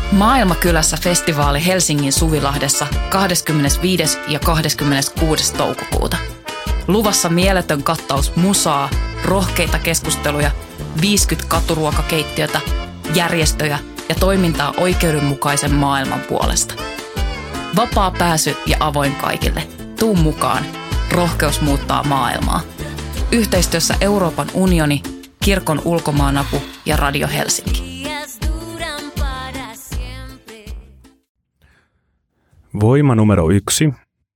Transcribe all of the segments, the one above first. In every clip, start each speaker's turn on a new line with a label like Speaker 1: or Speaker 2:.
Speaker 1: Maailmakylässä festivaali Helsingin Suvilahdessa 25. ja 26. toukokuuta. Luvassa mieletön kattaus musaa, rohkeita keskusteluja, 50 katuruokakeittiötä, järjestöjä ja toimintaa oikeudenmukaisen maailman puolesta. Vapaa pääsy ja avoin kaikille. Tuu mukaan. Rohkeus muuttaa maailmaa. Yhteistyössä Euroopan unioni, Kirkon ulkomaanapu ja Radio Helsinki.
Speaker 2: Voima numero 1,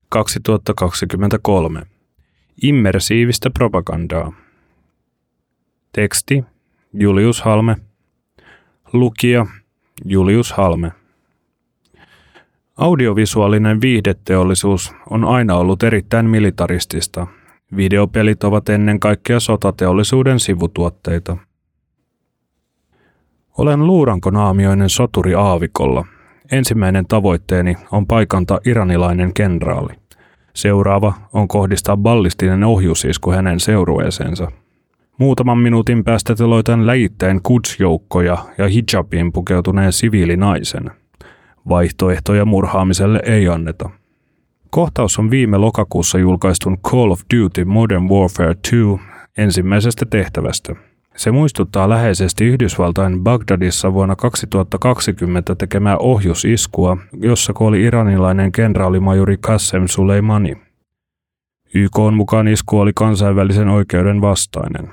Speaker 2: 2023. Immersiivistä propagandaa. Teksti Julius Halme. Lukija Julius Halme. Audiovisuaalinen viihdeteollisuus on aina ollut erittäin militaristista. Videopelit ovat ennen kaikkea sotateollisuuden sivutuotteita. Olen luurankonaamioinen soturi aavikolla. Ensimmäinen tavoitteeni on paikantaa iranilainen kenraali. Seuraava on kohdistaa ballistinen ohjusisku hänen seurueeseensa. Muutaman minuutin päästä teloitan läjittäen Quds-joukkoja ja hijabiin pukeutuneen siviilinaisen. Vaihtoehtoja murhaamiselle ei anneta. Kohtaus on viime lokakuussa julkaistun Call of Duty Modern Warfare 2 ensimmäisestä tehtävästä. Se muistuttaa läheisesti Yhdysvaltain Bagdadissa vuonna 2020 tekemää ohjusiskua, jossa kuoli iranilainen kenraalimajuri Qasem Soleimani. YK:n mukaan isku oli kansainvälisen oikeuden vastainen.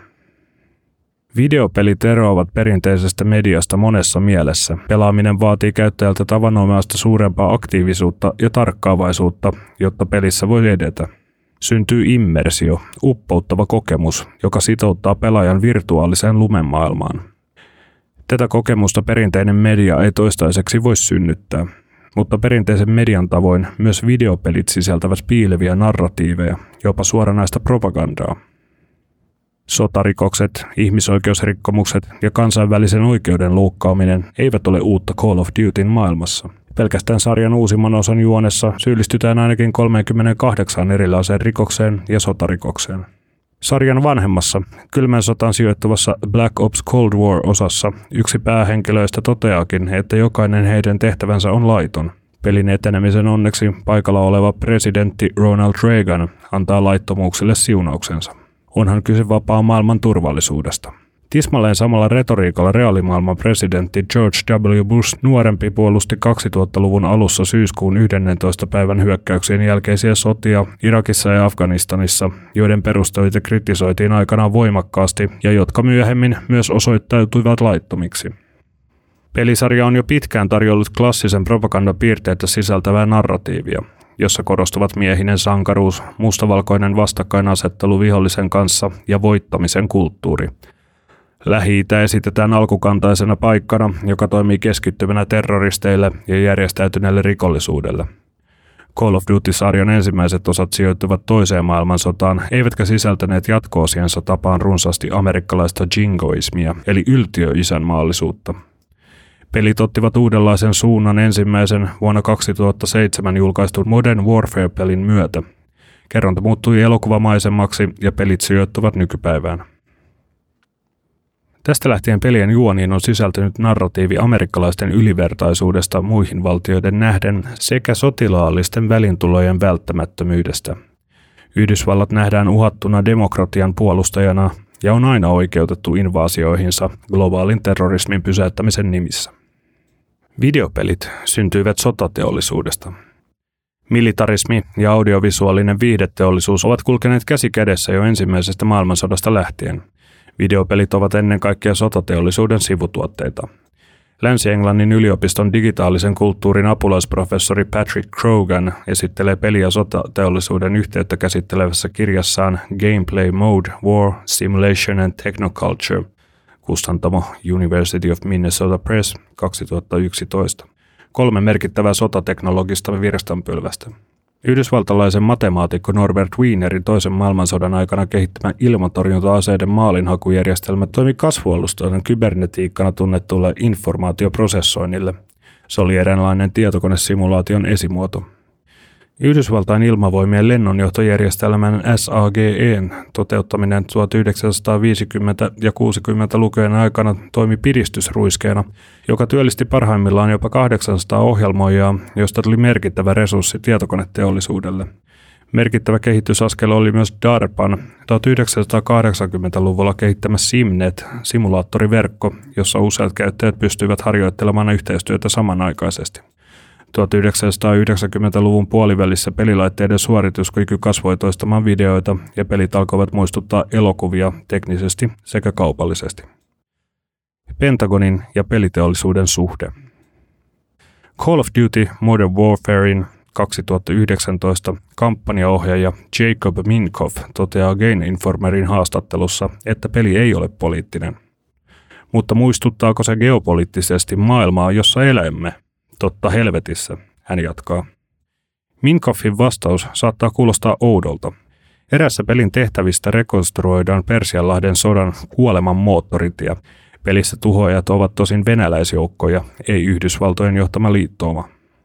Speaker 2: Videopelit eroavat perinteisestä mediasta monessa mielessä. Pelaaminen vaatii käyttäjältä tavanomaista suurempaa aktiivisuutta ja tarkkaavaisuutta, jotta pelissä voi edetä. Syntyy immersio, uppouttava kokemus, joka sitouttaa pelaajan virtuaaliseen lumemaailmaan. Tätä kokemusta perinteinen media ei toistaiseksi voi synnyttää, mutta perinteisen median tavoin myös videopelit sisältävät piileviä narratiiveja, jopa suoranaista propagandaa. Sotarikokset, ihmisoikeusrikkomukset ja kansainvälisen oikeuden loukkaaminen eivät ole uutta Call of Dutyn maailmassa. Pelkästään sarjan uusimman osan juonessa syyllistytään ainakin 38 erilaiseen rikokseen ja sotarikokseen. Sarjan vanhemmassa, kylmän sotaan sijoittuvassa Black Ops Cold War-osassa yksi päähenkilöistä toteaakin, että jokainen heidän tehtävänsä on laiton. Pelin etenemisen onneksi paikalla oleva presidentti Ronald Reagan antaa laittomuuksille siunauksensa. Onhan kyse vapaa maailman turvallisuudesta. Tismalleen samalla retoriikalla reaalimaailman presidentti George W. Bush nuorempi puolusti 2000-luvun alussa syyskuun 11. päivän hyökkäyksien jälkeisiä sotia Irakissa ja Afganistanissa, joiden perusteita kritisoitiin aikanaan voimakkaasti ja jotka myöhemmin myös osoittautuivat laittomiksi. Pelisarja on jo pitkään tarjollut klassisen propagandapiirteitä sisältävää narratiivia, jossa korostuvat miehinen sankaruus, mustavalkoinen vastakkainasettelu vihollisen kanssa ja voittamisen kulttuuri. Lähi-itä esitetään alkukantaisena paikkana, joka toimii keskittymänä terroristeille ja järjestäytyneelle rikollisuudelle. Call of Duty-sarjan ensimmäiset osat sijoittuvat toiseen maailmansotaan, eivätkä sisältäneet jatko-osiensa tapaan runsaasti amerikkalaista jingoismia, eli yltiöisänmaallisuutta. Pelit ottivat uudenlaisen suunnan ensimmäisen vuonna 2007 julkaistun Modern Warfare-pelin myötä. Kerronta muuttui elokuvamaisemmaksi ja pelit sijoittuvat nykypäivään. Tästä lähtien pelien juoniin on sisältynyt narratiivi amerikkalaisten ylivertaisuudesta muihin valtioiden nähden sekä sotilaallisten välintulojen välttämättömyydestä. Yhdysvallat nähdään uhattuna demokratian puolustajana ja on aina oikeutettu invaasioihinsa globaalin terrorismin pysäyttämisen nimissä. Videopelit syntyivät sotateollisuudesta. Militarismi ja audiovisuaalinen viihdeteollisuus ovat kulkeneet käsi kädessä jo ensimmäisestä maailmansodasta lähtien. Videopelit ovat ennen kaikkea sotateollisuuden sivutuotteita. Länsi-Englannin yliopiston digitaalisen kulttuurin apulaisprofessori Patrick Croghan esittelee peli- ja sotateollisuuden yhteyttä käsittelevässä kirjassaan Gameplay Mode, War, Simulation and Technoculture, kustantamo University of Minnesota Press 2011. 3 merkittävää sotateknologista virstanpylvästä. Yhdysvaltalaisen matemaatikko Norbert Wienerin toisen maailmansodan aikana kehittämä ilmatorjunta-aseiden maalinhakujärjestelmä toimi kasvualustoiden kybernetiikkana tunnettulle informaatioprosessoinnille. Se oli eräänlainen tietokonesimulaation esimuoto. Yhdysvaltain ilmavoimien lennonjohtojärjestelmän SAGEn toteuttaminen 1950- ja 60-lukujen aikana toimi piristysruiskeena, joka työllisti parhaimmillaan jopa 800 ohjelmoijaa, josta tuli merkittävä resurssi tietokoneteollisuudelle. Merkittävä kehitysaskel oli myös DARPAn 1980-luvulla kehittämä SIMNet, simulaattoriverkko, jossa useat käyttäjät pystyivät harjoittelemaan yhteistyötä samanaikaisesti. 1990-luvun puolivälissä pelilaitteiden suorituskyky kasvoi toistamaan videoita ja pelit alkoivat muistuttaa elokuvia teknisesti sekä kaupallisesti. Pentagonin ja peliteollisuuden suhde. Call of Duty Modern Warfarein 2019 kampanjaohjaaja Jacob Minkoff toteaa Game Informerin haastattelussa, että peli ei ole poliittinen. Mutta muistuttaako se geopoliittisesti maailmaa, jossa elämme? Totta helvetissä, hän jatkaa. Minkoffin vastaus saattaa kuulostaa oudolta. Erässä pelin tehtävistä rekonstruoidaan Persianlahden sodan kuoleman moottoritie. Pelissä tuhoajat ovat tosin venäläisjoukkoja, ei Yhdysvaltojen johtama liittouma.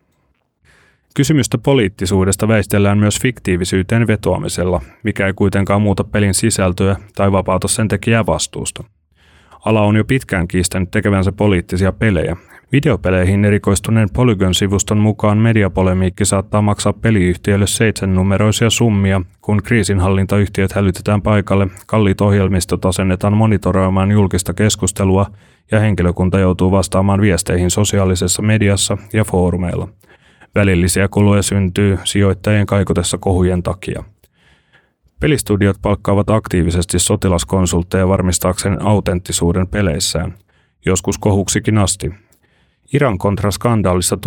Speaker 2: Kysymystä poliittisuudesta väistellään myös fiktiivisyyteen vetoamisella, mikä ei kuitenkaan muuta pelin sisältöä tai vapauta sen tekijää vastuusta. Ala on jo pitkään kiistänyt tekevänsä poliittisia pelejä. Videopeleihin erikoistuneen Polygon-sivuston mukaan mediapolemiikki saattaa maksaa peliyhtiöille 7-numeroisia summia, kun kriisinhallintayhtiöt hälytetään paikalle, kalliit ohjelmistot asennetaan monitoroimaan julkista keskustelua ja henkilökunta joutuu vastaamaan viesteihin sosiaalisessa mediassa ja foorumeilla. Välillisiä kuluja syntyy sijoittajien kaikutessa kohujen takia. Pelistudiot palkkaavat aktiivisesti sotilaskonsultteja varmistaakseen autenttisuuden peleissään, joskus kohuksikin asti. Iran-kontraskandaalissa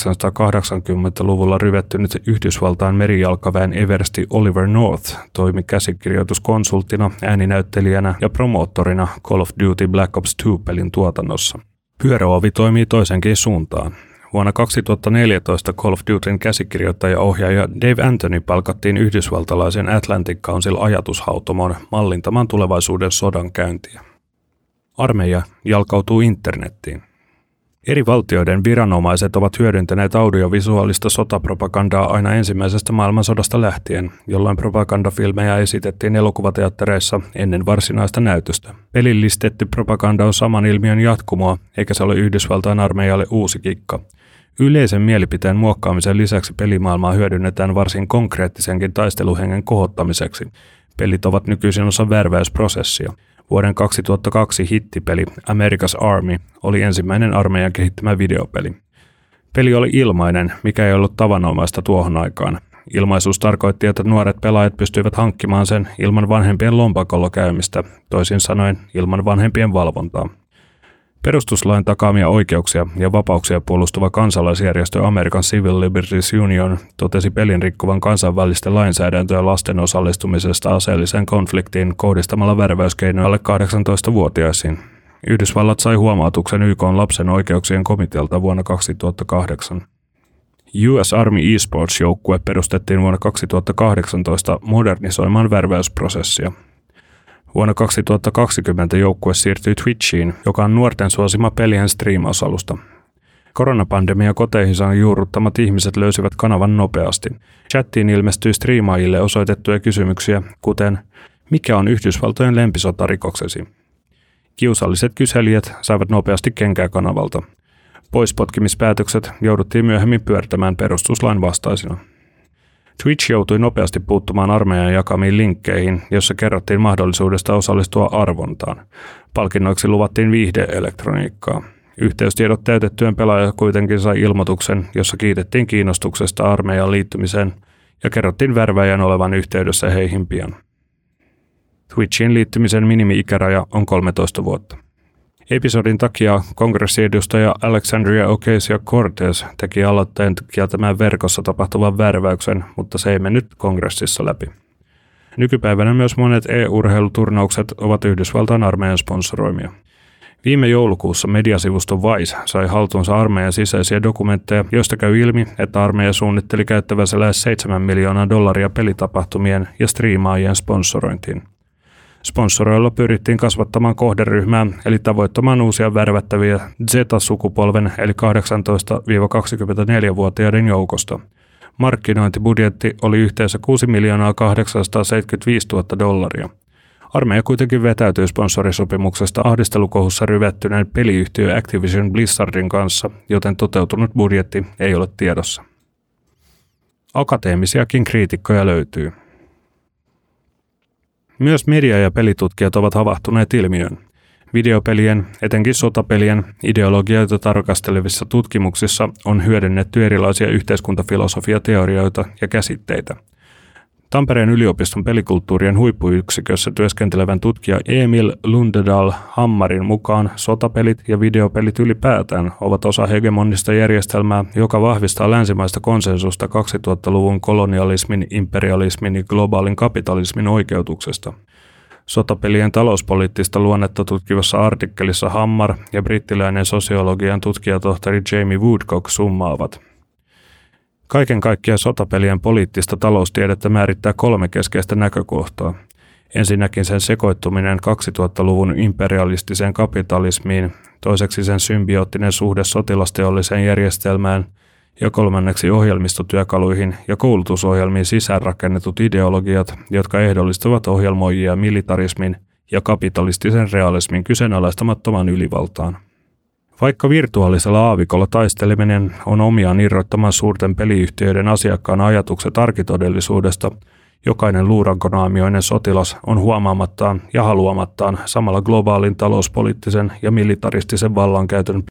Speaker 2: 1980-luvulla ryvettynyt Yhdysvaltain merijalkaväen eversti Oliver North toimi käsikirjoituskonsulttina, ääninäyttelijänä ja promoottorina Call of Duty Black Ops 2-pelin tuotannossa. Pyöröovi toimii toisenkin suuntaan. Vuonna 2014 Call of Dutyn käsikirjoittaja-ohjaaja Dave Anthony palkattiin yhdysvaltalaisen Atlantic Council ajatushautomon mallintamaan tulevaisuuden sodan käyntiä. Armeija jalkautuu internettiin. Eri valtioiden viranomaiset ovat hyödyntäneet audiovisuaalista sotapropagandaa aina ensimmäisestä maailmansodasta lähtien, jolloin propagandafilmejä esitettiin elokuvateattereissa ennen varsinaista näytöstä. Pelillistetty propaganda on saman ilmiön jatkumoa, eikä se ole Yhdysvaltain armeijalle uusi kikka. Yleisen mielipiteen muokkaamisen lisäksi pelimaailmaa hyödynnetään varsin konkreettisenkin taisteluhengen kohottamiseksi. Pelit ovat nykyisin osa värväysprosessia. Vuoden 2002 hittipeli America's Army oli ensimmäinen armeijan kehittämä videopeli. Peli oli ilmainen, mikä ei ollut tavanomaista tuohon aikaan. Ilmaisuus tarkoitti, että nuoret pelaajat pystyivät hankkimaan sen ilman vanhempien lompakolla käymistä, toisin sanoen ilman vanhempien valvontaa. Perustuslain takaamia oikeuksia ja vapauksia puolustava kansalaisjärjestö American Civil Liberties Union totesi pelin rikkovan kansainvälistä lainsäädäntöä lasten osallistumisesta aseelliseen konfliktiin kohdistamalla värväyskeinoja alle 18-vuotiaisiin. Yhdysvallat sai huomautuksen YK:n lapsen oikeuksien komitealta vuonna 2008. US Army Esports-joukkue perustettiin vuonna 2018 modernisoimaan värväysprosessia. Vuonna 2020 joukkue siirtyi Twitchiin, joka on nuorten suosima pelien striimausalusta. Koronapandemia koteihinsa juurruttamat ihmiset löysivät kanavan nopeasti. Chattiin ilmestyi striimaajille osoitettuja kysymyksiä, kuten mikä on Yhdysvaltojen lempisotarikoksesi? Kiusalliset kyselijät saivat nopeasti kenkää kanavalta. Poispotkimispäätökset jouduttiin myöhemmin pyörtämään perustuslain vastaisina. Twitch joutui nopeasti puuttumaan armeijan jakamiin linkkeihin, jossa kerrottiin mahdollisuudesta osallistua arvontaan. Palkinnoiksi luvattiin viihdeelektroniikkaa. Yhteystiedot täytettyön pelaaja kuitenkin sai ilmoituksen, jossa kiitettiin kiinnostuksesta armeijan liittymiseen ja kerrottiin värväjän olevan yhteydessä heihin pian. Twitchiin liittymisen minimi-ikäraja on 13 vuotta. Episodin takia kongressiedustaja Alexandria Ocasio-Cortez teki aloitteen kieltämään verkossa tapahtuvan värväyksen, mutta se ei mennyt kongressissa läpi. Nykypäivänä myös monet e-urheiluturnaukset ovat Yhdysvaltain armeijan sponsoroimia. Viime joulukuussa mediasivusto Vice sai haltuunsa armeijan sisäisiä dokumentteja, joista käy ilmi, että armeija suunnitteli käyttävänsä lähes $7 miljoonaa pelitapahtumien ja striimaajien sponsorointiin. Sponsoroilla pyrittiin kasvattamaan kohderyhmää, eli tavoittamaan uusia värvättäviä Z-sukupolven eli 18-24-vuotiaiden joukosta. Markkinointibudjetti oli yhteensä $6 875 000. Armeija kuitenkin vetäytyi sponsorisopimuksesta ahdistelukohussa ryvettyneen peliyhtiö Activision Blizzardin kanssa, joten toteutunut budjetti ei ole tiedossa. Akateemisiakin kriitikkoja löytyy. Myös media- ja pelitutkijat ovat havahtuneet ilmiöön. Videopelien, etenkin sotapelien, ideologioita tarkastelevissa tutkimuksissa on hyödynnetty erilaisia yhteiskuntafilosofiateorioita ja käsitteitä. Tampereen yliopiston pelikulttuurien huippuyksikössä työskentelevän tutkija Emil Lundedal Hammarin mukaan sotapelit ja videopelit ylipäätään ovat osa hegemonista järjestelmää, joka vahvistaa länsimaista konsensusta 2000-luvun kolonialismin, imperialismin ja globaalin kapitalismin oikeutuksesta. Sotapelien talouspoliittista luonnetta tutkivassa artikkelissa Hammar ja brittiläinen sosiologian tutkijatohtori Jamie Woodcock summaavat. Kaiken kaikkiaan sotapelien poliittista taloustiedettä määrittää 3 keskeistä näkökohtaa. Ensinnäkin sen sekoittuminen 2000-luvun imperialistiseen kapitalismiin, toiseksi sen symbioottinen suhde sotilasteolliseen järjestelmään ja kolmanneksi ohjelmistotyökaluihin ja koulutusohjelmiin sisäänrakennetut ideologiat, jotka ehdollistavat ohjelmoijia militarismin ja kapitalistisen realismin kyseenalaistamattoman ylivaltaan. Vaikka virtuaalisella aavikolla taisteleminen on omiaan irrottamaan suurten peliyhtiöiden asiakkaan ajatukset arkitodellisuudesta, jokainen luurankonaamioinen sotilas on huomaamattaan ja haluamattaan samalla globaalin talouspoliittisen ja militaristisen vallankäytön